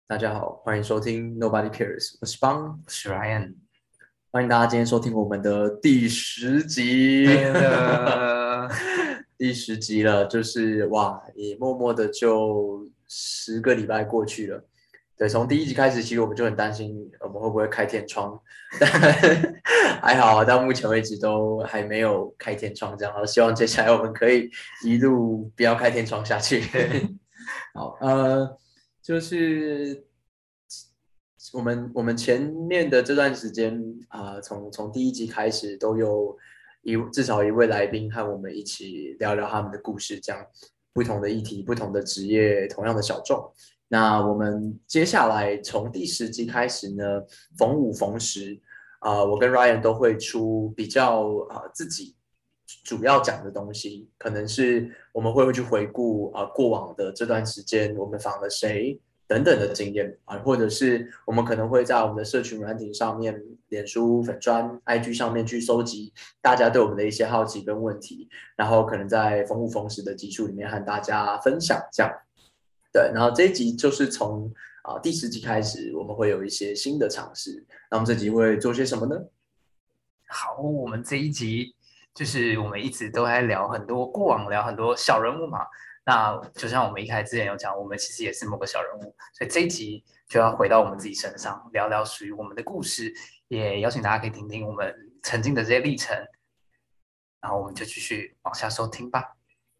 大家好，欢迎收听 Nobody Cares，我是邦， 我是 Ryan， 欢迎大家今天收听我们的第10集， 对的， 第10集了，就是哇，也默默的就10个礼拜过去了。对，从第1集开始，其实我们就很担心我们会不会开天窗，但还好啊，到目前为止都还没有开天窗这样，然后希望接下来我们可以一路不要开天窗下去。 对， 好，就是我们前面的这段时间从第1集开始，都有至少一位来宾和我们一起聊聊他们的故事，这样不同的议题、不同的职业、同样的小众。那我们接下来从第10集开始呢，逢五逢十，我跟 Ryan 都会出比较自己主要讲的东西，可能是我们会去回顾过往的这段时间我们访了谁等等的经验或者是我们可能会在我们的社群软体上面，脸书粉专、IG 上面去搜集大家对我们的一些好奇跟问题，然后可能在逢五逢十的集数里面和大家分享这样。对，然后这一集就是从第10集开始，我们会有一些新的尝试。那我们这集会做些什么呢？ 好，我们这一集就是我们一直都在聊很多过往，聊很多小人物嘛。那就像我们一开始之前有讲，我们其实也是某个小人物，所以这一集就要回到我们自己身上，聊聊属于我们的故事，也邀请大家可以听听我们曾经的这些历程，然后我们就继续往下收听吧。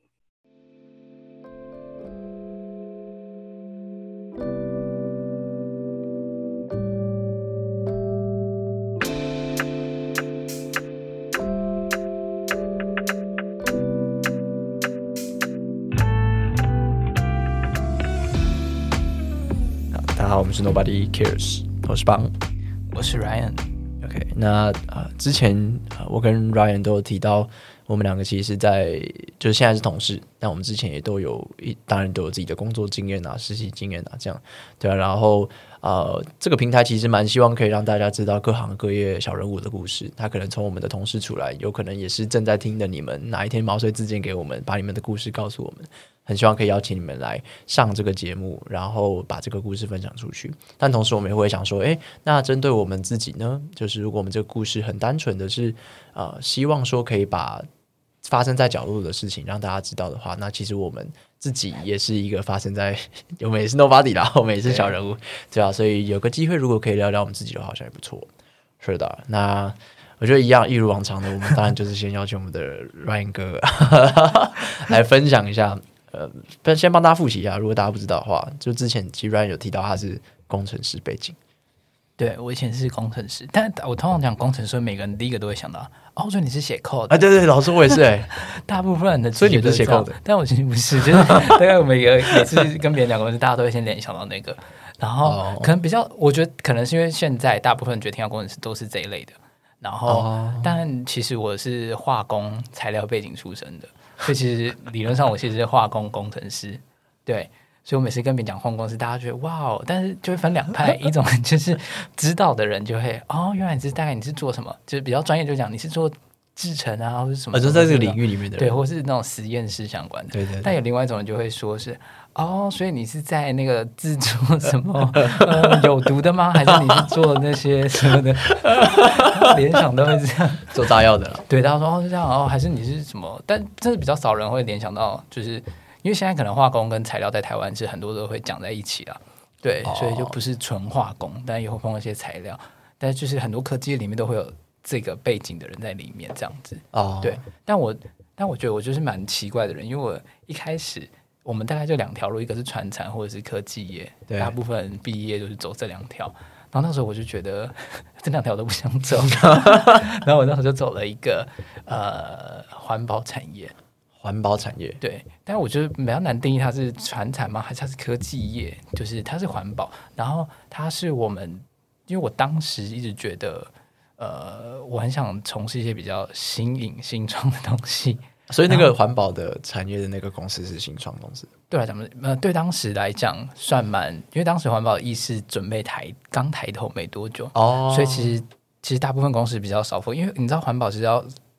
大家好，我们是 Nobody Cares， 我是邦。 我是 Ryan。 OK， 那之前我跟 Ryan 都有提到，我们两个其实就是现在是同事，但我们之前也都有当然都有自己的工作经验啊、实习经验啊，这样对啊。然后这个平台其实蛮希望可以让大家知道各行各业小人物的故事。他可能从我们的同事出来，有可能也是正在听的你们，哪一天毛遂自荐给我们，把你们的故事告诉我们。很希望可以邀请你们来上这个节目，然后把这个故事分享出去。但同时我们也会想说，那针对我们自己呢，就是如果我们这个故事很单纯的是希望说可以把发生在角落的事情让大家知道的话，那其实我们自己也是一个发生在我们也是 nobody 啦，我们也是小人物，对啊，所以有个机会如果可以聊聊我们自己的话，好像也不错。是的，那我觉得一样，一如往常的，我们当然就是先邀请我们的 Ryan 哥来分享一下。先帮大家复习一下，如果大家不知道的话，就之前其实 Ryan 有提到他是工程师背景。 对，我以前是工程师，但我通常讲工程师，每个人第一个都会想到，所以你是写 code 对对，老师我也是大部分人的， 所以你不是写 code 的， 但我其实不是，就是大概我每次跟别人讲过，大家都会先联想到那个，然后可能比较，我觉得可能是因为现在大部分人觉得听到工程师都是这一类的，然后但其实我是化工材料背景出身的。所以其实理论上我其实是化工工程师，对，所以我每次跟别人讲化工公司，大家觉得哇哦，但是就会分两派，一种就是知道的人就会原来大概你是做什么，就是比较专业就讲你是做制程啊，或是什么， 就在这个领域里面的人， 对，或是那种实验室相关的， 对对对。 但有另外一种人就会说是所以你是在那个制作什么有毒的吗？还是你是做那些什么的？联想都会这样， 做炸药的啦。 对，大家说是这样还是你是什么？但真的比较少人会联想到，就是因为现在可能化工跟材料在台湾是很多都会讲在一起啦，对，所以就不是纯化工，但也会碰一些材料，但就是很多科技里面都会有这个背景的人在里面这样子。对，但我觉得我就是蛮奇怪的人，因为我一开始我们大概就2条路，一个是传产或者是科技业，大部分人毕业就是走这2条。然后那时候我就觉得这2条都不想走，然后我那时候就走了一个环保产业。 环保产业对，但我觉得比较难定义它是传产吗？还是它是科技业？就是它是环保，然后它是我们，因为我当时一直觉得，我很想从事一些比较新颖新创的东西。 所以那个环保的产业的那个公司是新创公司， 对来讲，对当时来讲算蛮，因为当时环保的意识准备刚抬头没多久，所以其实大部分公司比较少，因为你知道环保是要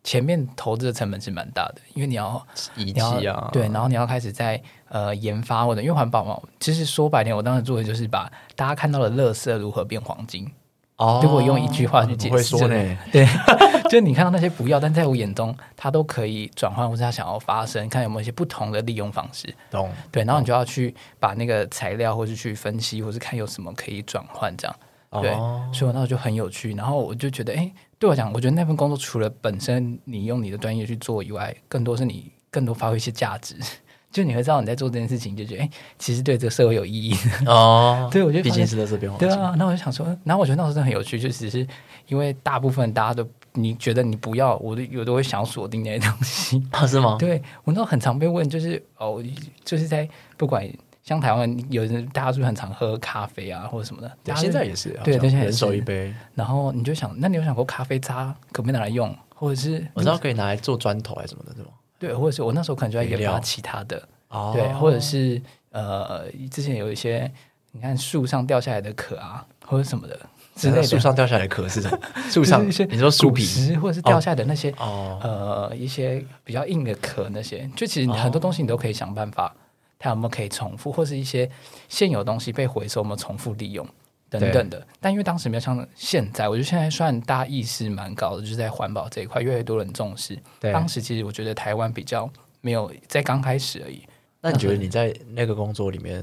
前面投资的成本是蛮大的，因为你要仪器啊， 对，然后你要开始在研发或者因为环保嘛，其实说白点，我当时做的就是把大家看到的垃圾如何变黄金。如果用一句话去解释， 不会说呢， 对，就你看到那些不要，但在我眼中，它都可以转换，或者它想要发生，看有没有一些不同的利用方式。 懂？ 对，然后你就要去把那个材料，或是去分析，或是看有什么可以转换，这样。对，所以我那时候就很有趣，然后我就觉得，对我讲，我觉得那份工作除了本身你用你的专业去做以外，更多是你更多发挥一些价值。就你会知道你在做这件事情，就觉得其实对这个社会有意义哦。 对，我觉得毕竟是在这边， 对啊。那我就想说，然后我觉得那时候真的很有趣，就只是因为大部分大家都你觉得你不要，我有的会想要锁定那些东西是吗？ 对，我那时候很常被问，就是就是在不管像台湾有人大家是不是很常喝咖啡啊或者什么的， 现在也是， 对，现在人手一杯。 然后你就想，那你有想过咖啡渣可不可以拿来用，或者是我知道可以拿来做砖头还是什么的，是吗？ 对，或者是我那时候可能就在研发其他的，对，或者是之前有一些你看树上掉下来的壳啊，或者什么的之类的。 树上掉下来的壳是什么？树上你说树皮或者是掉下来的那些一些比较硬的壳那些，就其实很多东西你都可以想办法，它有没有可以重复，或是一些现有东西被回收，有没有重复利用等等的。但因为当时没有像现在，我觉得现在算大家意识蛮高的，就是在环保这一块越来越多人重视。当时其实我觉得台湾比较没有，在刚开始而已。 那你觉得你在那个工作里面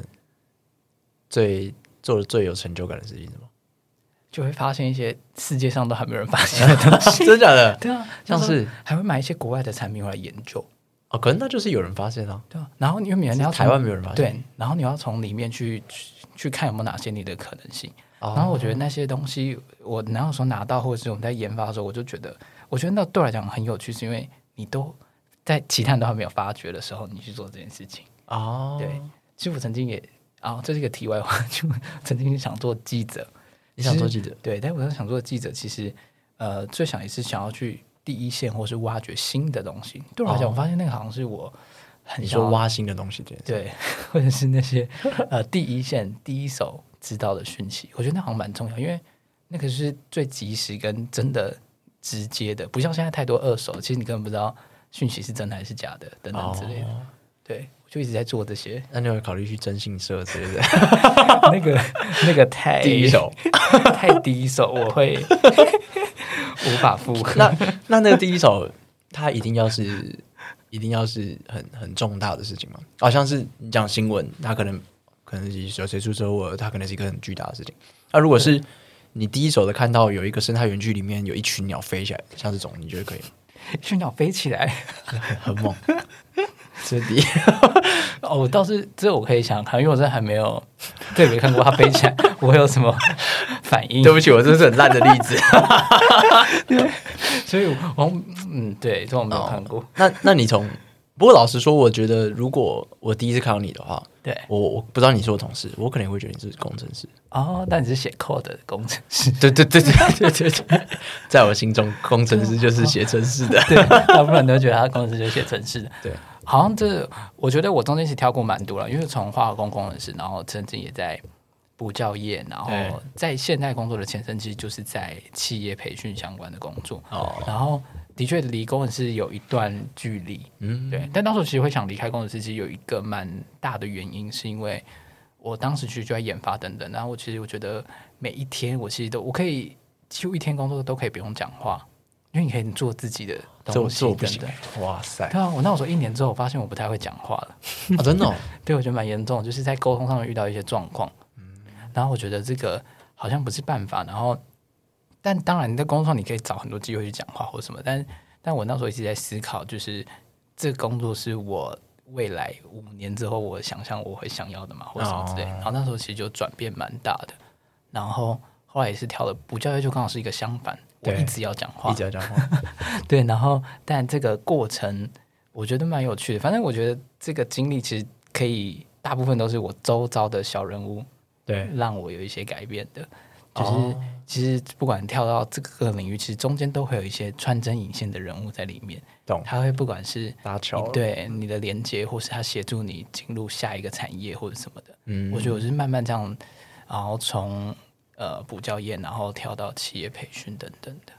做的最有成就感的事情是什么？ 就会发现一些世界上都还没有人发现的东西。 真的假的？ 对啊， 像是还会买一些国外的产品回来研究。 可能那就是有人发现啊。 对啊，然后因为你要台湾没有人发现， 对，然后你要从里面去看有没有哪些你的可能性。然后我觉得那些东西，我那时候拿到，或者是我们在研发的时候，我觉得那对我来讲很有趣，是因为你都在其他人都还没有发觉的时候，你去做这件事情。对，其实我曾经也这是一个题外话，就曾经想做记者。 你想做记者？ 对，但我想做记者，其实最想也是想要去第一线，或是挖掘新的东西。对我来讲，我发现那个好像是我很想挖新的东西， 对，或者是那些第一线、第一手知道的讯息，我觉得那好像蛮重要，因为那个是最及时跟真的直接的，不像现在太多二手，其实你根本不知道讯息是真的还是假的等等之类的。对，我就一直在做这些。 那你有考虑去征信社之类的？ 那个太第一手， 太第一手，我会无法负荷。 那个第一手，它一定要是很重大的事情吗？好像是你讲新闻，它可能有谁出车祸，它可能是一个很巨大的事情。那如果是你第一手的看到有一个生态园区里面有一群鸟飞起来，像这种，你觉得可以吗？ 一群鸟飞起来， 很猛。这第一我倒是这我可以想看，因为我真的还没有特别看过它飞起来，我会有什么反应？ 对不起，我这是很烂的例子。 对，所以对，这我没有看过。 那你不过老实说，我觉得如果我第一次看到你的话， 对， 我不知道你是我同事，我可能会觉得你是工程师。 但你是写 code 的工程师。 对，在我心中，工程师就是写程式的。 对，大部分人都觉得他工程师就是写程式的。 对， 好像我觉得我中间是跳过蛮多了，因为从化工工程师，然后曾经也在补教业，然后在现在工作的前身其实就是在企业培训相关的工作。然后的确离工程师有一段距离。对。但当时其实会想离开工程师，其实有一个蛮大的原因，是因为我当时其实就在研发等等，然后我觉得每一天我其实我可以几乎一天工作都可以不用讲话，因为你可以做自己的东西等等。 哇塞！ 对啊，我那时候1年之后，我发现我不太会讲话了。 真的？ 对，我觉得蛮严重的，就是在沟通上面遇到一些状况。然后我觉得这个好像不是办法。然后，但当然你在工作上你可以找很多机会去讲话或什么，但我那时候一直在思考，就是这个工作是我未来5年之后我想象我会想要的嘛，或什么之类。然后那时候其实就转变蛮大的。然后后来也是跳了补教业，就刚好是一个相反，我一直要讲话，对，然后但这个过程我觉得蛮有趣的。反正我觉得这个经历其实可以大部分都是我周遭的小人物，对，让我有一些改变的。就是其实不管跳到这个领域，其实中间都会有一些穿针引线的人物在里面。他会不管是搭桥， 对你的连接，或是他协助你进入下一个产业或者什么的。我觉得我是慢慢这样，然后从补教业，然后跳到企业培训等等的。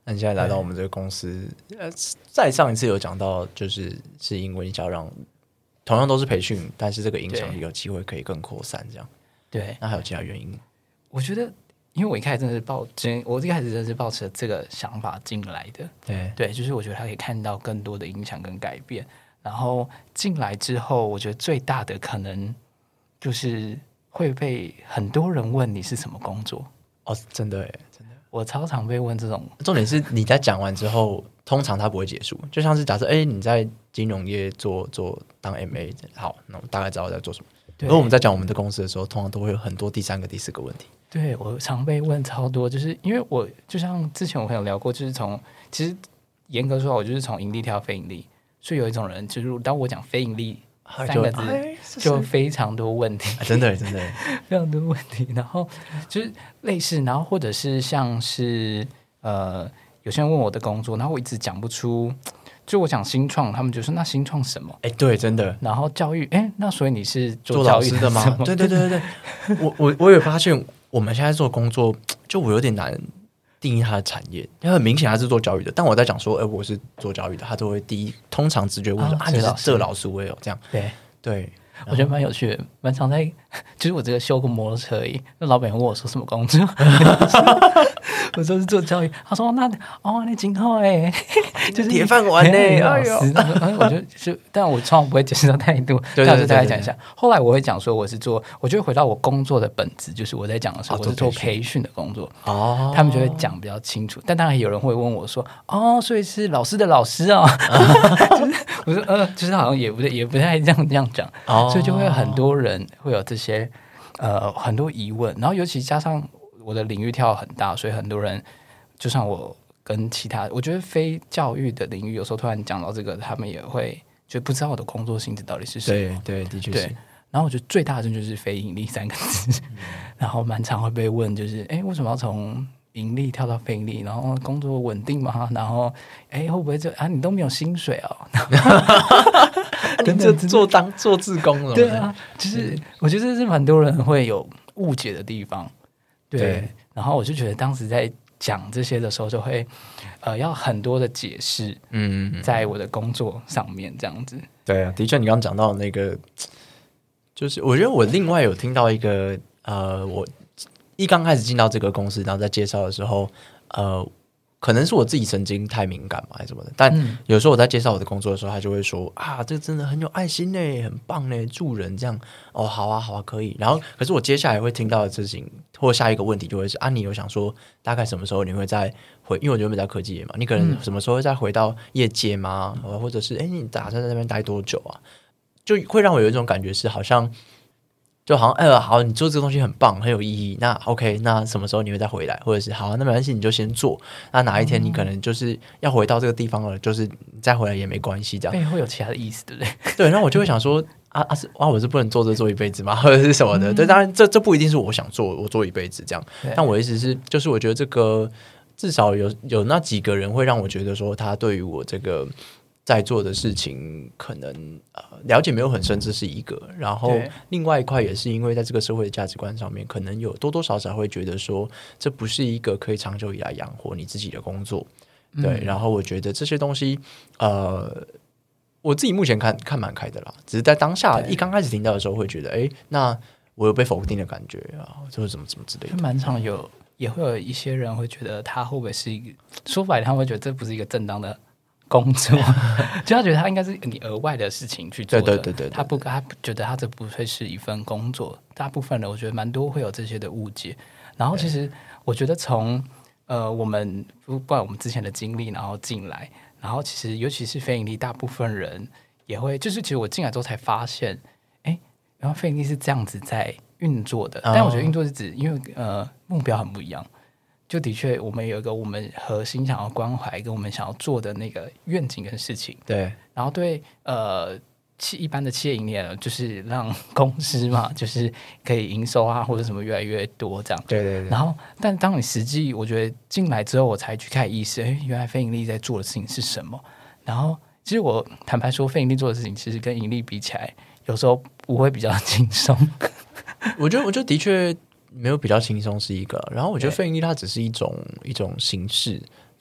那你现在来到我们这个公司，再上一次有讲到，是因为你想要让同样都是培训，但是这个影响力有机会可以更扩散，这样。 对， 那还有其他原因吗？ 我觉得，因为我一开始真的是我一开始真的是抱持这个想法进来的。对，就是我觉得他可以看到更多的影响跟改变。然后进来之后，我觉得最大的可能就是会被很多人问你是什么工作。 哦，真的耶，真的， 我超常被问这种。 重点是你在讲完之后，通常它不会结束，就像是假设你在金融业做当 MA， 好，那我们大概知道在做什么。而我们在讲我们的公司的时候，通常都会有很多第3个、第4个问题。 对，我常被问超多，就是因为我就像之前我朋友聊过，就是其实严格说来，我就是从盈利跳到非盈利，所以有一种人就是当我讲非盈利3个字，就非常多问题， 真的非常多问题。然后就是类似，然后或者是像是有些人问我的工作，然后我一直讲不出。就我讲新创，他们就说那新创什么？ 对，真的。 然后教育，那所以你是做教育老师的吗？对。我有发现，我们现在做工作，就我有点难定义它的产业，因为很明显他是做教育的。但我在讲说，我是做教育的，他都会通常直觉问说，你是这个老师，我也有这样。对。 我觉得蛮有趣的，蛮常在，就是我这个修过摩托车而已。那老板问我说什么工作，我说是做教育。他说那今后就是铁饭碗呢。 老师，我就但我从来不会解释到太多，但我就大概讲一下。后来我会讲说我是做，我就会回到我工作的本质，就是我在讲的时候我是做培训的工作。他们就会讲比较清楚。但当然有人会问我说，所以是老师的老师啊。就是我说就是好像也不太这样讲。所以就会有很多人会有这些很多疑问，然后尤其加上我的领域跳很大，所以很多人就像我跟其他我觉得非教育的领域，有时候突然讲到这个，他们也会就不知道我的工作性质到底是什么。 对，的确是。 然后我觉得最大的就是非盈利3个字，然后蛮常会被问，就是为什么要从盈利跳到非盈利，然后工作稳定吗？然后会不会你都没有薪水哦？ 你就做志工了。 对啊，就是我觉得这是蛮多人会有误解的地方。对，然后我就觉得当时在讲这些的时候，就会要很多的解释。在我的工作上面这样子。 对啊，的确，你刚刚讲到那个，就是我觉得我另外有听到一个我一刚开始进到这个公司，然后在介绍的时候，可能是我自己神经太敏感嘛，还是什么的。但有时候我在介绍我的工作的时候，他就会说这个真的很有爱心呢，很棒呢，助人这样。好啊，可以。然后，可是我接下来会听到的事情，或下一个问题就会是你有想说大概什么时候你会再回？因为我原本在科技业嘛，你可能什么时候会再回到业界吗？或者是你打算在那边待多久啊？就会让我有一种感觉是好像好，你做这个东西很棒，很有意义。那 OK， 那什么时候你会再回来？或者是好，那没关系，你就先做。那哪一天你可能就是要回到这个地方了，就是你再回来也没关系，这样。 背后有其他的意思，对不对？ 对，那我就会想说我是不能做一辈子吗？或者是什么的？对，当然这不一定是我想做，我做一辈子这样。但我的意思是，就是我觉得这个至少有那几个人会让我觉得说，他对于我这个在做的事情可能了解没有很深，这是一个。然后另外一块也是因为在这个社会的价值观上面，可能有多多少少会觉得说，这不是一个可以长久以来养活你自己的工作。对，然后我觉得这些东西我自己目前看蛮开的啦，只是在当下一刚开始听到的时候会觉得那我有被否定的感觉就是怎么之类的。 蛮常也会有一些人会觉得他会不会是一个，说白了他会觉得这不是一个正当的工作，就他觉得他应该是你额外的事情去做的。对，他觉得他这不会是一份工作。大部分人我觉得蛮多会有这些的误解。然后其实我觉得从我们不管我们之前的经历，然后进来，然后其实尤其是非盈利，大部分人也会就是其实我进来之后才发现，然后非盈利是这样子在运作的。但我觉得运作是指因为目标很不一样。就的确，我们有一个我们核心想要关怀跟我们想要做的那个愿景跟事情。 对， 然后对一般的企业营业就是让公司嘛，就是可以营收或者什么越来越多这样。 对。 然后，但当你实际我觉得进来之后，我才去开始意识，原来非盈利在做的事情是什么。然后，其实我坦白说，非盈利做的事情其实跟盈利比起来，有时候不会比较轻松。 我觉得的确。没有比较轻松是一个，然后我觉得非盈利它只是一种形式，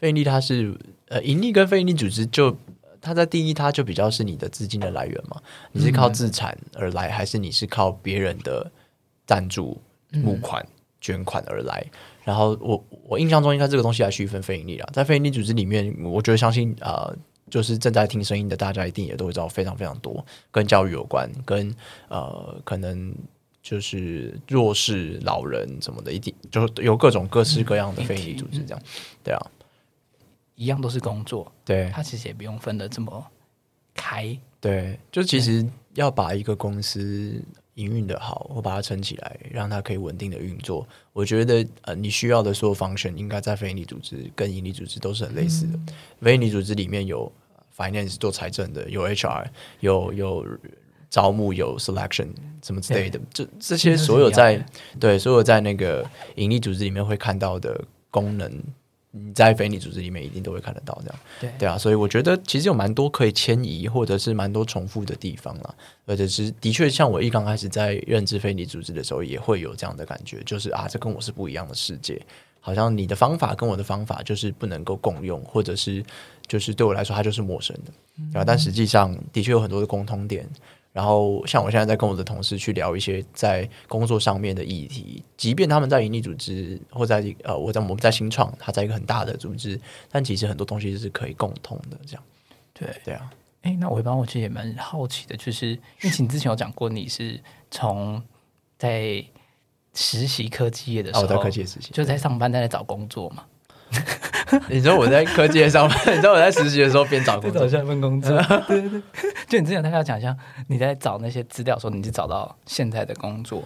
非营利它是盈利跟非营利组织就它在第一，它就比较是你的资金的来源嘛，你是靠自产而来，还是你是靠别人的赞助、募款、捐款而来？然后我印象中应该这个东西来区分非盈利啦，在非盈利组织里面，我觉得相信就是正在听声音的大家一定也都会知道非常非常多跟教育有关，跟可能就是弱势老人什么的，一定就有各种各式各样的非营利组织这样，对啊， 一样都是工作， 对， 它其实也不用分得这么开， 对，就其实要把一个公司营运的好，或把它撑起来，让它可以稳定的运作，我觉得你需要的所有 function 应该在非营利组织跟营利组织都是很类似的。非营利组织里面有 finance 做财政的，有 HR， 有招募，有 selection 什么之类的，这些所有在那个营利组织里面会看到的功能，你在非营利组织里面一定都会看得到，这样对啊，所以我觉得其实有蛮多可以迁移或者是蛮多重复的地方啦，或者是的确像我一刚开始在认知非营利组织的时候，也会有这样的感觉，就是这跟我是不一样的世界，好像你的方法跟我的方法就是不能够共用，或者是就是对我来说它就是陌生的，但实际上的确有很多的共通点。然后像我现在在跟我的同事去聊一些在工作上面的议题，即便他们在营利组织或在我们在新创，它在一个很大的组织，但其实很多东西是可以共通的，这样。对啊。 那我其实也蛮好奇的，就是因为你之前有讲过你是从在实习科技业的时候， 我在科技业实习， 就在上班在找工作嘛。 你说我在科技业上班，你知道我在实习的时候边找工作， 找下一份工作。对，就你之前大概讲一下，你在找那些资料的时候，你是找到现在的工作。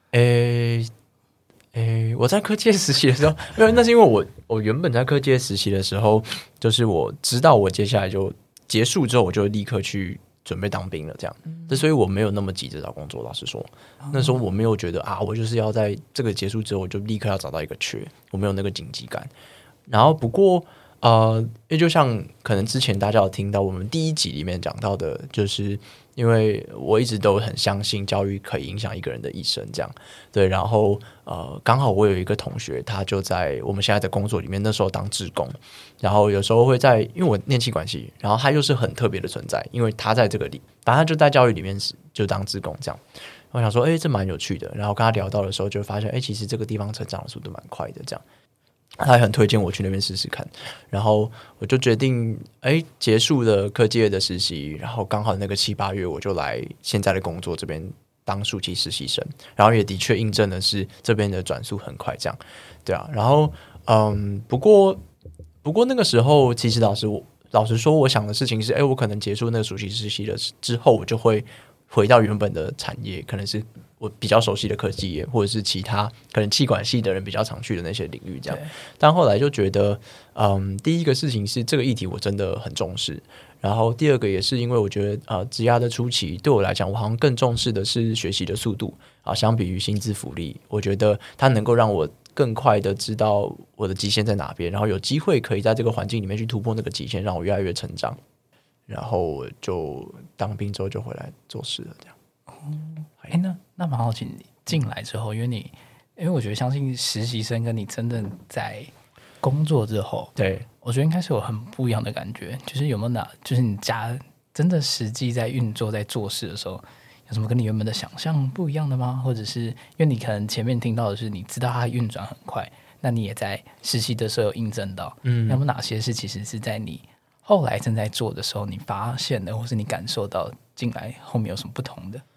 我在科技业实习的时候，没有，那是因为我原本在科技业实习的时候，就是我知道我接下来就结束之后，我就立刻去准备当兵了，这样。所以我没有那么急着找工作，老实说，那时候我没有觉得我就是要在这个结束之后，我就立刻要找到一个缺，我没有那个紧急感。然后不过因为就像可能之前大家有听到我们第一集里面讲到的，就是因为我一直都很相信教育可以影响一个人的一生，这样对。然后刚好我有一个同学，他就在我们现在的工作里面，那时候当志工，然后有时候会在，因为我念企管系，然后他又是很特别的存在，因为他在这个里，反正他就在教育里面就当志工这样。我想说，这蛮有趣的。然后跟他聊到的时候，就发现，其实这个地方成长的速度蛮快的，这样。他也很推荐我去那边试试看，然后我就决定，结束了科技业的实习，然后刚好那个7、8月我就来现在的工作这边当暑期实习生，然后也的确印证的是这边的转速很快，这样，对啊，然后不过那个时候其实老实说，我想的事情是，我可能结束那个暑期实习了之后，我就会回到原本的产业，可能是我比较熟悉的科技业，或者是其他可能企管系的人比较常去的那些领域这样。但后来就觉得第一个事情是这个议题我真的很重视，然后第二个也是因为我觉得职涯的初期对我来讲，我好像更重视的是学习的速度相比于薪资福利，我觉得它能够让我更快的知道我的极限在哪边，然后有机会可以在这个环境里面去突破那个极限，让我越来越成长。然后我就当兵之后就回来做事了，这样。 那蛮好奇，你进来之后，因为我觉得相信实习生跟你真正在工作之后， 对， 我觉得应该是有很不一样的感觉。就是有没有就是你家真的实际在运作在做事的时候，有什么跟你原本的想象不一样的吗？或者是因为你可能前面听到的是你知道它运转很快，那你也在实习的时候有印证到，有没有哪些是其实是在你后来正在做的时候你发现的，或是你感受到进来后面有什么不同的？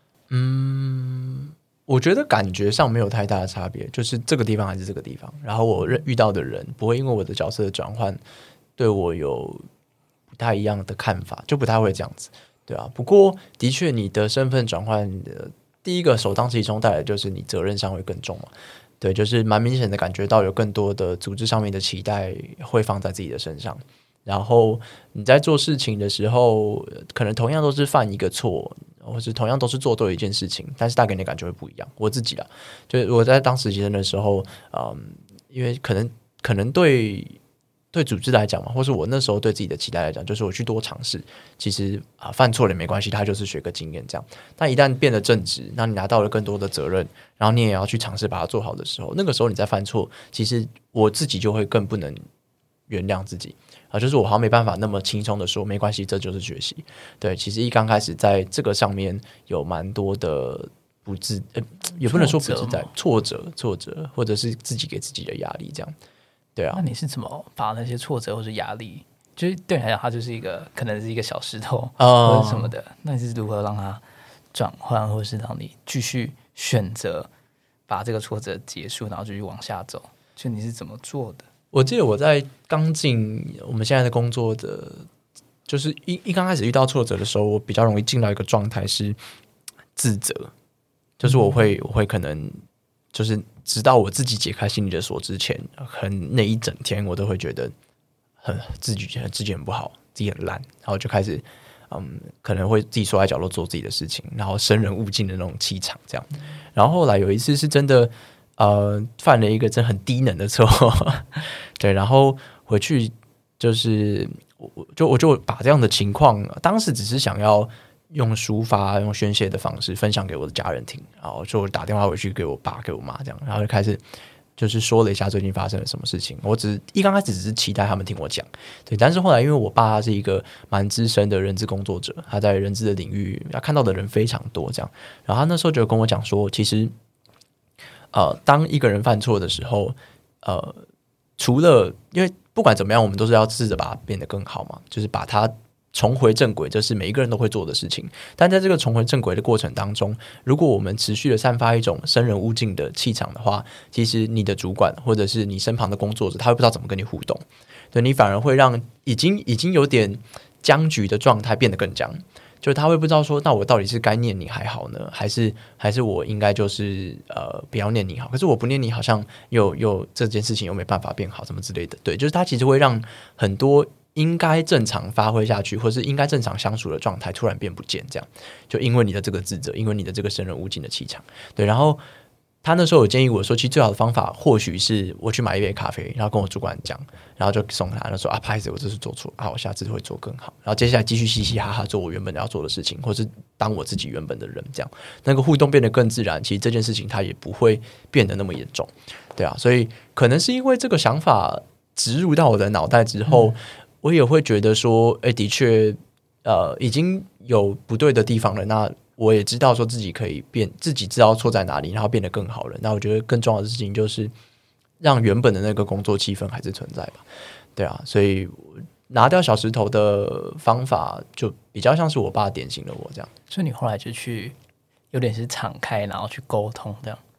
我觉得感觉上没有太大的差别，就是这个地方还是这个地方，然后我遇到的人不会因为我的角色的转换对我有不太一样的看法，就不太会这样子，对啊。不过的确你的身份转换的第一个首当其冲带来就是你责任上会更重嘛，对，就是蛮明显的感觉到有更多的组织上面的期待会放在自己的身上，然后你在做事情的时候可能同样都是犯一个错，或是同样都是做对一件事情，但是带给你的感觉会不一样。我自己啦，就是我在当实习生的时候因为可能对组织来讲嘛，或是我那时候对自己的期待来讲，就是我去多尝试，其实犯错了也没关系，它就是学个经验这样。但一旦变得正直，那你拿到了更多的责任，然后你也要去尝试把它做好的时候，那个时候你在犯错，其实我自己就会更不能原谅自己就是我好像没办法那么轻松的说没关系，这就是学习。对，其实一刚开始在这个上面有蛮多的也不能说不自在，挫折，或者是自己给自己的压力这样。对啊， 那你是怎么把那些挫折或者压力，就是对你来讲，它就是可能是一个小石头或者什么的，那你是如何让它转换，或是让你继续选择把这个挫折结束，然后继续往下走？就你是怎么做的？ 我记得我在刚进我们现在的工作的，就是一刚开始遇到挫折的时候，我比较容易进到一个状态是自责，就是我会可能就是直到我自己解开心里的锁之前，那一整天我都会觉得自己很不好，自己很烂，然后就开始可能会自己缩在角落做自己的事情，然后生人勿近的那种气场这样。然后后来有一次是真的犯了一个真很低能的错对，然后回去就是我就把这样的情况，当时只是想要用抒发、用宣泄的方式分享给我的家人听，然后就打电话回去给我爸、给我妈这样，然后就开始就是说了一下最近发生了什么事情。我一刚开始只是期待他们听我讲，对，但是后来因为我爸他是一个蛮资深的人资工作者，他在人资的领域他看到的人非常多这样，然后他那时候就跟我讲说，其实当一个人犯错的时候，除了因为不管怎么样，我们都是要试着把它变得更好嘛，就是把它重回正轨，这是每一个人都会做的事情。但在这个重回正轨的过程当中，如果我们持续的散发一种生人勿近的气场的话，其实你的主管或者是你身旁的工作者，他会不知道怎么跟你互动，对，你反而会让已经有点僵局的状态变得更僵。就他会不知道说，那我到底是该念你还好呢，还是我应该就是不要念你好？可是我不念你好像又这件事情又没办法变好，什么之类的。对，就是他其实会让很多应该正常发挥下去，或是应该正常相处的状态突然变不见，这样就因为你的这个自责，因为你的这个生人勿近的气场。对，然后他那时候有建议我说，其实最好的方法或许是我去买一杯咖啡，然后跟我主管讲，然后就送他，他说不好意思，我这次做错了，我下次会做更好，然后接下来继续嘻嘻哈哈做我原本要做的事情，或是当我自己原本的人，这样那个互动变得更自然，其实这件事情它也不会变得那么严重。对啊，所以可能是因为这个想法植入到我的脑袋之后，我也会觉得说的确已经有不对的地方了，那我也知道说自己可以自己知道错在哪里，然后变得更好了。那我觉得更重要的事情就是让原本的那个工作气氛还是存在吧。对啊，所以拿掉小石头的方法就比较像是我爸点醒了我这样。 所以你后来就去有点是敞开，然后去沟通这样。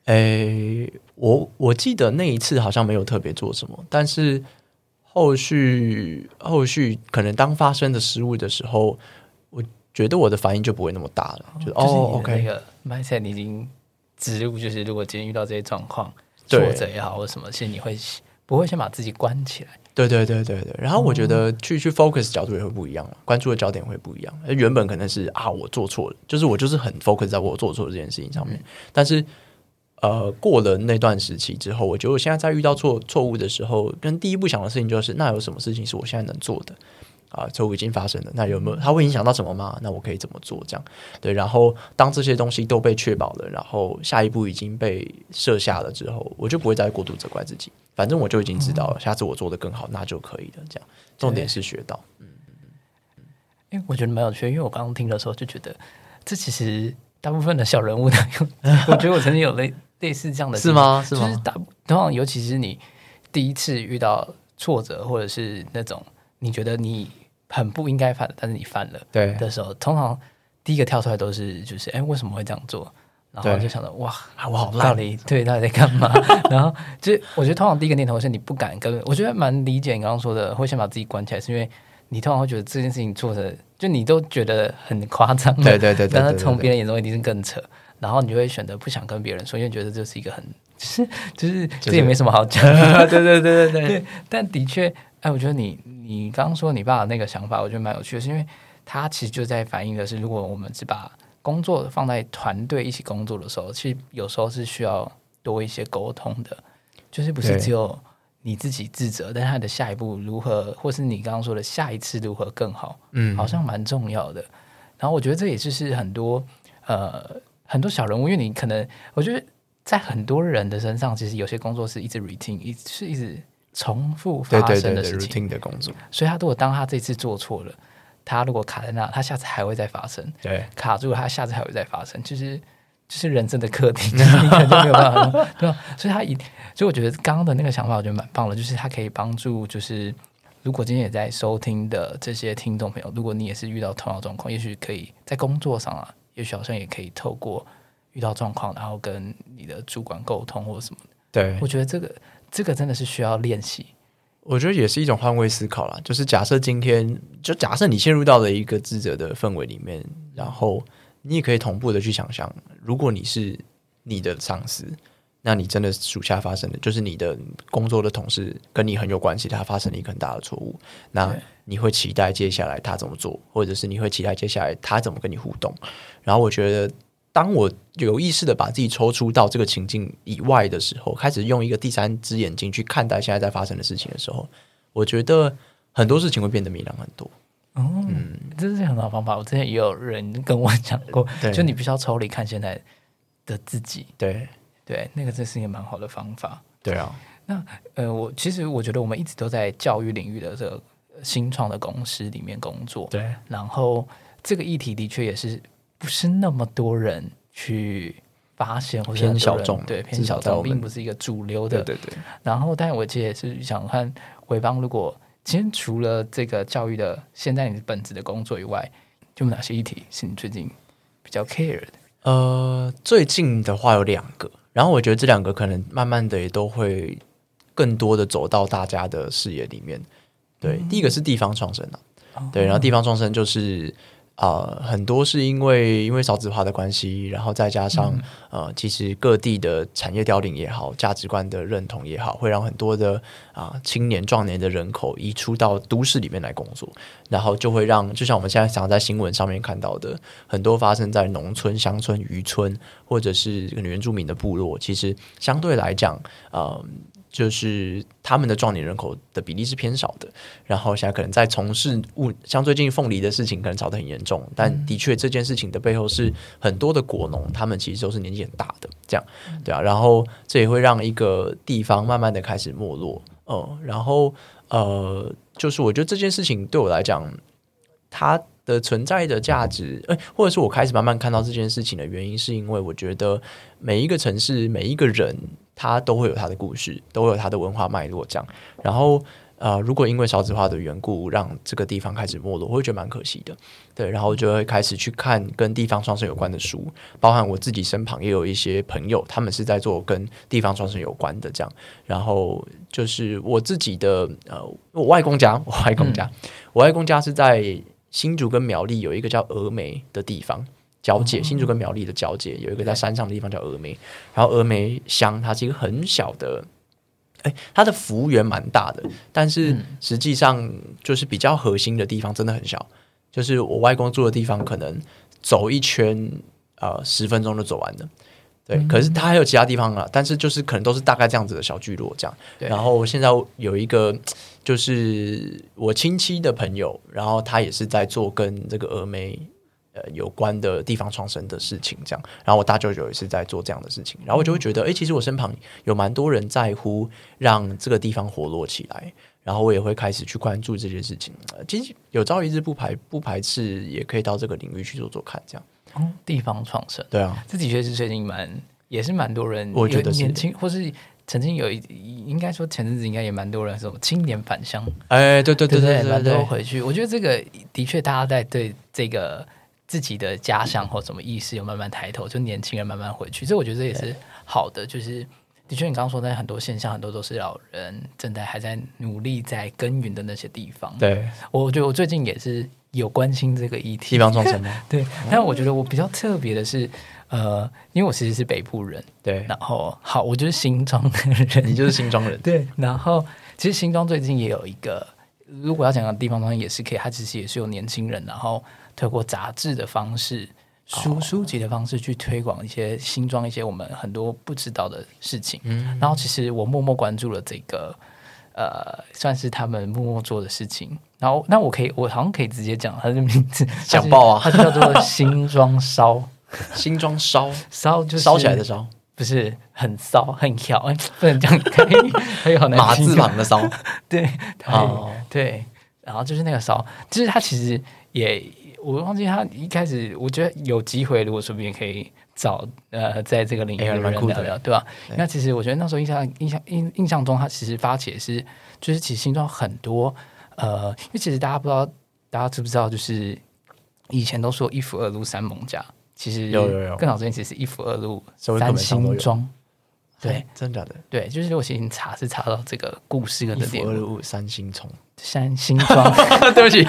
我记得那一次好像没有特别做什么，但是后续可能当发生的失误的时候，我觉得我的反应就不会那么大了，就是那个 mindset 你已经植入，就是如果今天遇到这些状况，挫折也好或什么，其实你不会先把自己关起来。 对，然后我觉得去 focus 角度也会不一样，关注的焦点会不一样。原本可能是我做错了，就是我就是很 focus 在我做错的这件事情上面，但是过了那段时期之后，我觉得我现在在遇到错误的时候，跟第一步想的事情就是，那有什么事情是我现在能做的？错误已经发生了，那有没有它会影响到什么吗？那我可以怎么做？这样对，然后当这些东西都被确保了，然后下一步已经被设下了之后，我就不会再过度责怪自己，反正我就已经知道了，下次我做得更好，那就可以了。这样重点是学到。 我觉得蛮有趣的，因为我刚刚听的时候就觉得，这其实大部分的小人物的，我觉得我曾经有类似这样的是吗？ 就是通常尤其是你第一次遇到挫折，或者是那种你觉得你很不应该犯的，但是你犯了的时候，通常第一个跳出来都是就是为什么会这样做？然后就想到哇， 我好烂， 到底在干嘛？然后就我觉得通常第一个念头是你不敢跟，我觉得蛮理解你刚刚说的，会先把自己关起来，是因为你通常会觉得这件事情做的就你都觉得很夸张， 对， 但是从别人眼中一定是更扯，然后你就会选择不想跟别人说，因为觉得这是一个很就是这也没什么好讲的，对，但的确。我觉得你刚刚说你爸的那个想法，我觉得蛮有趣的，是因为他其实就在反映的是，如果我们只把工作放在团队一起工作的时候，其实有时候是需要多一些沟通的，就是不是只有你自己自责，但他的下一步如何，或是你刚刚说的下一次如何更好，好像蛮重要的。然后我觉得这也就是很多小人物，因为你可能我觉得在很多人的身上，其实有些工作是一直 routine， 一直重复发生的事情， routine 的工作。 所以他如果当他这次做错了，他如果卡在那，他下次还会再发生。 对， 卡住了，他下次还会再发生，就是人生的课题，你可能就没有办法，对吧？所以我觉得刚刚的那个想法，我觉得蛮棒的，就是他可以帮助，就是如果今天也在收听的这些听众朋友，如果你也是遇到同样的状况，也许可以在工作上啊，也许好像也可以透过遇到状况，然后跟你的主管沟通或者什么的。 对， 我觉得这个真的是需要练习。 我觉得也是一种换位思考啦，就是假设你陷入到了一个自责的氛围里面，然后你也可以同步的去想象，如果你是你的上司，那你真的属下发生的就是你的工作的同事跟你很有关系，他发生了一个很大的错误，那你会期待接下来他怎么做，或者是你会期待接下来他怎么跟你互动。然后我觉得当我有意识的把自己抽出到这个情境以外的时候，开始用一个第三只眼睛去看待现在在发生的事情的时候，我觉得很多事情会变得明朗很多。 这是很好的方法。我之前也有人跟我讲过，就你必须要抽离看现在的自己。 对， 那个这是一个蛮好的方法。 对啊。 那其实我觉得我们一直都在教育领域的这个新创的公司里面工作。 对。 然后这个议题的确也是不是那么多人去发现，或者偏小众， 对，偏小众，并不是一个主流的。 对。 然后，但我其实也是想看回邦，如果今天除了这个教育的现在你本职的工作以外，有哪些议题是你最近比较 care 的？ 最近的话有2个，然后我觉得这2个可能慢慢的也都会更多的走到大家的视野里面。对，第一个是地方创生对，然后地方创生就是很多是因为少子化的关系，然后再加上其实各地的产业凋零也好，价值观的认同也好，会让很多的青年壮年的人口移出到都市里面来工作，然后就会让就像我们现在常在新闻上面看到的，很多发生在农村、乡村、渔村或者是原住民的部落，其实相对来讲就是他们的壮年人口的比例是偏少的，然后现在可能在从事像最近凤梨的事情可能吵得很严重，但的确这件事情的背后是很多的果农，他们其实都是年纪很大的，这样对啊，然后这也会让一个地方慢慢的开始没落，然后就是我觉得这件事情对我来讲，它的存在的价值，或者是我开始慢慢看到这件事情的原因，是因为我觉得每一个城市每一个人他都会有他的故事，都会有他的文化脉络这样。然后如果因为少子化的缘故让这个地方开始没落，我会觉得蛮可惜的。对，然后就会开始去看跟地方创生有关的书，包含我自己身旁也有一些朋友，他们是在做跟地方创生有关的这样。然后就是我自己的我外公家是在新竹跟苗栗有一个叫峨眉的地方交界，新竹跟苗栗的交界有一个在山上的地方叫峨眉，然后峨眉乡它是一个很小的，它的幅员蛮大的，但是实际上就是比较核心的地方真的很小，就是我外公住的地方可能走一圈10分钟就走完了。对，可是它还有其他地方啊，但是就是可能都是大概这样子的小聚落这样。然后现在有一个就是我亲戚的朋友，然后他也是在做跟这个峨眉有关的地方创生的事情这样。然后我大舅舅也是在做这样的事情，然后我就会觉得其实我身旁有蛮多人在乎让这个地方活络起来，然后我也会开始去关注这些事情。其实有朝一日不排斥也可以到这个领域去做做看这样。 地方创生， 对啊， 这的确是最近也是蛮多人， 我觉得是年轻，或是曾经应该说前阵子应该也蛮多人什么青年返乡， 对， 蛮多回去。我觉得这个的确大家在对这个自己的家乡或什么意识有慢慢抬头，就年轻人慢慢回去，所以我觉得这也是好的。就是的确你刚刚说的很多现象，很多都是老人还在努力在耕耘的那些地方。 对， 我觉得我最近也是有关心这个议题， 地方创生吗？ 对，但我觉得我比较特别的是，因为我其实是北部人， 对， 然后我就是新庄的人， 你就是新庄人， 对，然后其实新庄最近也有一个，如果要讲的地方创生也是可以，它其实也是有年轻人，然后透过杂志的方式、书籍的方式去推广一些新庄一些我们很多不知道的事情，然后其实我默默关注了这个。算是他们默默做的事情，然后那我好像可以直接讲他的名字， 讲爆啊！ 它就叫做新庄烧， 新庄烧就是烧起来的烧， 不是很骚很挑，不能这样，可以好难马听字旁的骚， 对， 哦对，然后就是那个骚，就是他其实也，我忘记他一开始，我觉得有机会，如果说不定可以找在这个领域的人蛮酷的聊聊，对吧？那其实我觉得那时候印象中，他其实发起的是，就是其实新庄很多因为其实大家不知道，大家知不知道，就是以前都说一府二路三艋舺，其实有更早之前其实是一府二路社会课三本上都有新庄。对， 真假的？ 对，就是我其实查是查到这个故事跟一府二的典故， 路三星虫， 山新庄， 对不起，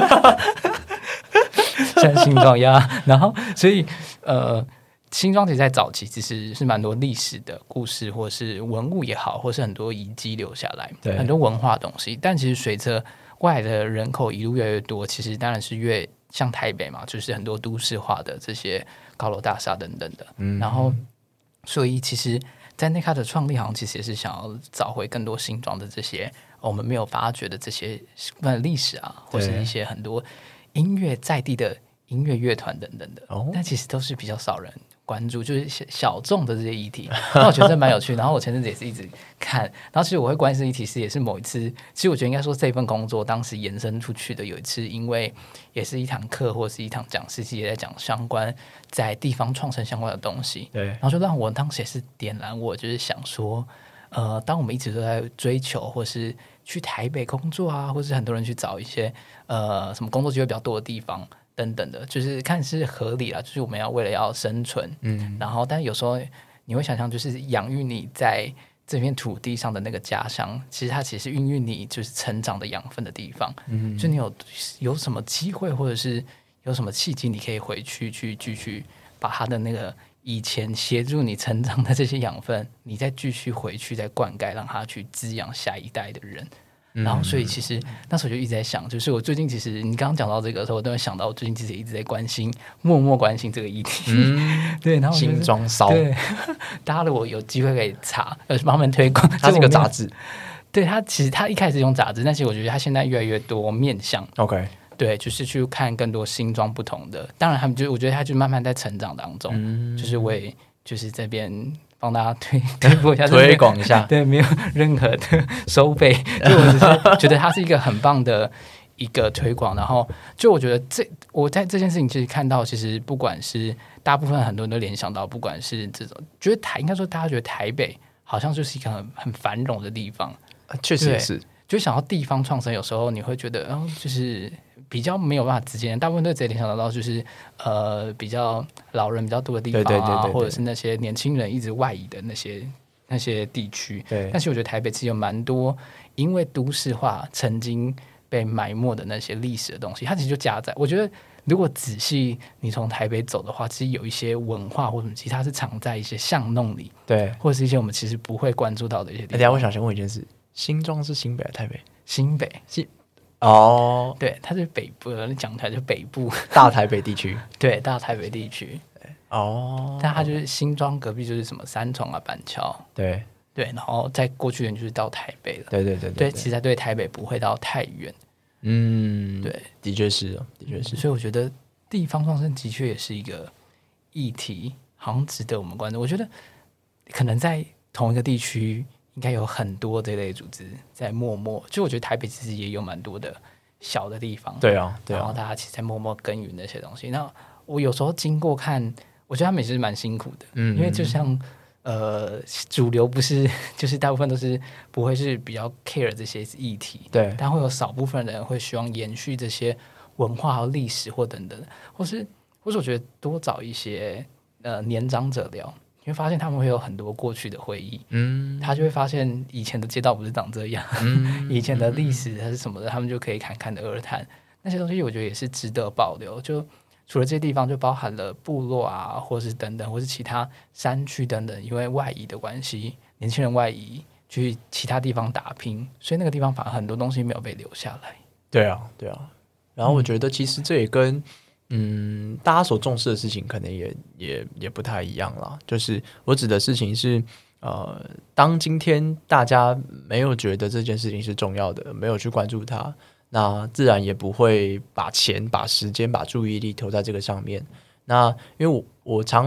山新庄呀。然后，所以新庄其实在早期其实是蛮多历史的故事，或是文物也好，或是很多遗迹留下来，很多文化东西。但其实随着外来的人口一路越来越多，其实当然是越像台北嘛，就是很多都市化的这些高楼大厦等等的。然后，所以其实，在内卡的创立，好像其实也是想要找回更多新庄的这些我们没有发掘的这些历史啊，或是一些很多音乐在地的音乐乐团等等的。但其实都是比较少人关注，就是小众的这些议题。那我觉得这蛮有趣。然后我前阵子也是一直看，然后其实我会关心的议题是，也是某一次，其实我觉得应该说这份工作当时延伸出去的，有一次因为也是一堂课或是一堂讲师，其实也在讲相关在地方创生相关的东西。 对， 然后就让我当时也是点燃我，就是想说，当我们一直都在追求，或是去台北工作啊，或是很多人去找一些什么工作机会比较多的地方。等等的，就是看是合理啦，就是我们要为了要生存，然后但是有时候你会想象，就是养育你在这片土地上的那个家乡，其实它其实是孕育你就是成长的养分的地方，就你有什么机会或者是有什么契机，你可以回去去继续把它的那个以前协助你成长的这些养分，你再继续回去再灌溉，让它去滋养下一代的人。然后，所以其实那时候就一直在想，就是我最近其实你刚刚讲到这个的时候，我都会想到我最近其实也一直在默默关心这个议题。对，然后新庄骚， 对，大家如果有机会可以查，帮他们推广。 它是一个杂志， 对，它其实它一开始用杂志，但是我觉得它现在越来越多面向。 OK， 对，就是去看更多新庄不同的。当然，他们我觉得他就慢慢在成长当中，就是我也就是这边。帮大家推播一下， 推广一下， 对，没有任何的收费，就我只是觉得它是一个很棒的一个推广。然后，就我觉得我在这件事情其实看到，其实不管是大部分很多人都联想到，不管是这种觉得应该说大家觉得台北好像就是一个很繁荣的地方， 确实也是。 就想到地方创生，有时候你会觉得，就是比较没有办法直接，大部分都直接联想到就是比较老人比较多的地方啊，或者是那些年轻人一直外移的那些地区。 对， 但是我觉得台北其实有蛮多因为都市化曾经被埋没的那些历史的东西，它其实就夹在。我觉得如果仔细你从台北走的话，其实有一些文化或什么，其实它是藏在一些巷弄里， 对， 或者是一些我们其实不会关注到的一些地方。 等一下，我想先问一件事。新庄是新北还是台北？ 新北哦， 对，它是北部，讲起来就北部大台北地区， 对，大台北地区哦， 但它就是新庄隔壁就是什么三重啊、板桥， 对， 然后再过去就是到台北了， 对， 其实对台北不会到太远，对， 的确是， 所以我觉得地方创生的确也是一个议题，好像值得我们关注。我觉得可能在同一个地区。应该有很多这类组织在默默，就我觉得台北其实也有蛮多的小的地方， 对啊， 然后大家其实在默默耕耘那些东西。那我有时候经过看，我觉得他们也是蛮辛苦的，因为就像主流不是，就是大部分都是不会是比较 care 这些议题， 对， 但会有少部分人会希望延续这些文化和历史或等等，或是我觉得多找一些年长者聊。你会发现他们会有很多过去的回忆，他就会发现以前的街道不是长这样，以前的历史还是什么的，他们就可以侃侃的而谈。那些东西我觉得也是值得保留。就除了这些地方，就包含了部落啊，或是等等，或是其他山区等等，因为外移的关系，年轻人外移去其他地方打拼，所以那个地方反而很多东西没有被留下来。 对啊。然后我觉得其实这也跟大家所重视的事情可能也不太一样啦。就是我指的事情是，当今天大家没有觉得这件事情是重要的，没有去关注它，那自然也不会把钱、把时间、把注意力投在这个上面。那因为我常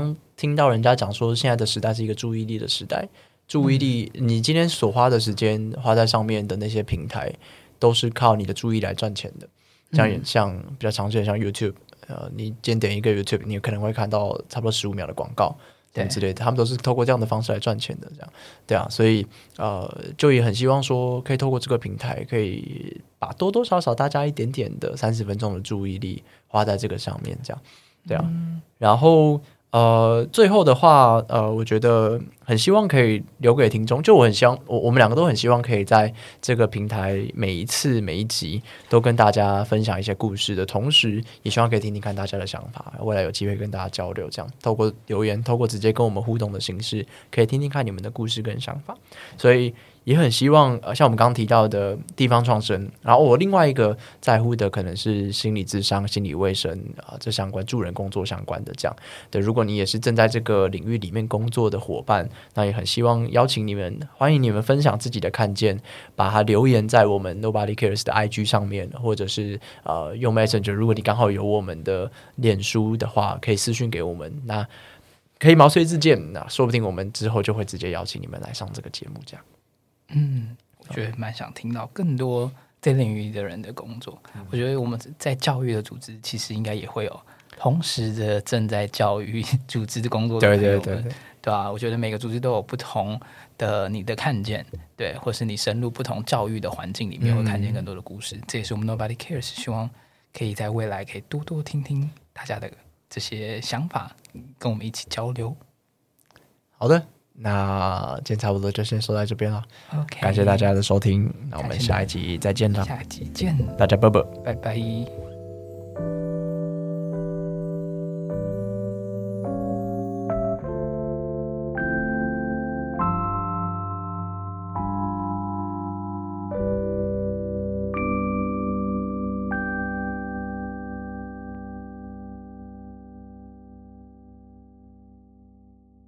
听到人家讲说，现在的时代是一个注意力的时代。注意力，你今天所花的时间花在上面的那些平台，都是靠你的注意来赚钱的。像比较常见的像 YouTube，你今天点一个 YouTube， 你可能会看到差不多15秒的广告等之类的，他们都是透过这样的方式来赚钱的，这样对啊，所以就也很希望说，可以透过这个平台，可以把多多少少大家一点点的30分钟的注意力花在这个上面，这样对啊，然后。最后的话，我觉得很希望可以留给听众，就我很希望，我们两个都很希望可以在这个平台每一次每一集都跟大家分享一些故事的同时，也希望可以听听看大家的想法，未来有机会跟大家交流，这样透过留言，透过直接跟我们互动的形式，可以听听看你们的故事跟想法，所以。也很希望像我们刚刚提到的地方创生，然后我另外一个在乎的可能是心理咨商、心理卫生这相关助人工作相关的这样。对，如果你也是正在这个领域里面工作的伙伴，那也很希望邀请你们，欢迎你们分享自己的看见，把它留言在我们 Nobody Cares 的 IG 上面，或者是用 Messenger， 如果你刚好有我们的脸书的话，可以私讯给我们，那可以毛遂自荐，那说不定我们之后就会直接邀请你们来上这个节目这样。 我觉得蛮想听到更多这领域的人的工作。我觉得我们在教育的组织其实应该也会有同时的正在教育组织的工作的朋友们，对啊，我觉得每个组织都有不同的你的看见，对，或是你深入不同教育的环境里面会看见更多的故事。这也是我们 Nobody Cares 希望可以在未来可以多多听听大家的这些想法，跟我们一起交流。 好的。那今天差不多就先说到这边了。 OK， 感谢大家的收听，那我们下一集再见了。 下一集见， 大家拜拜， 拜拜。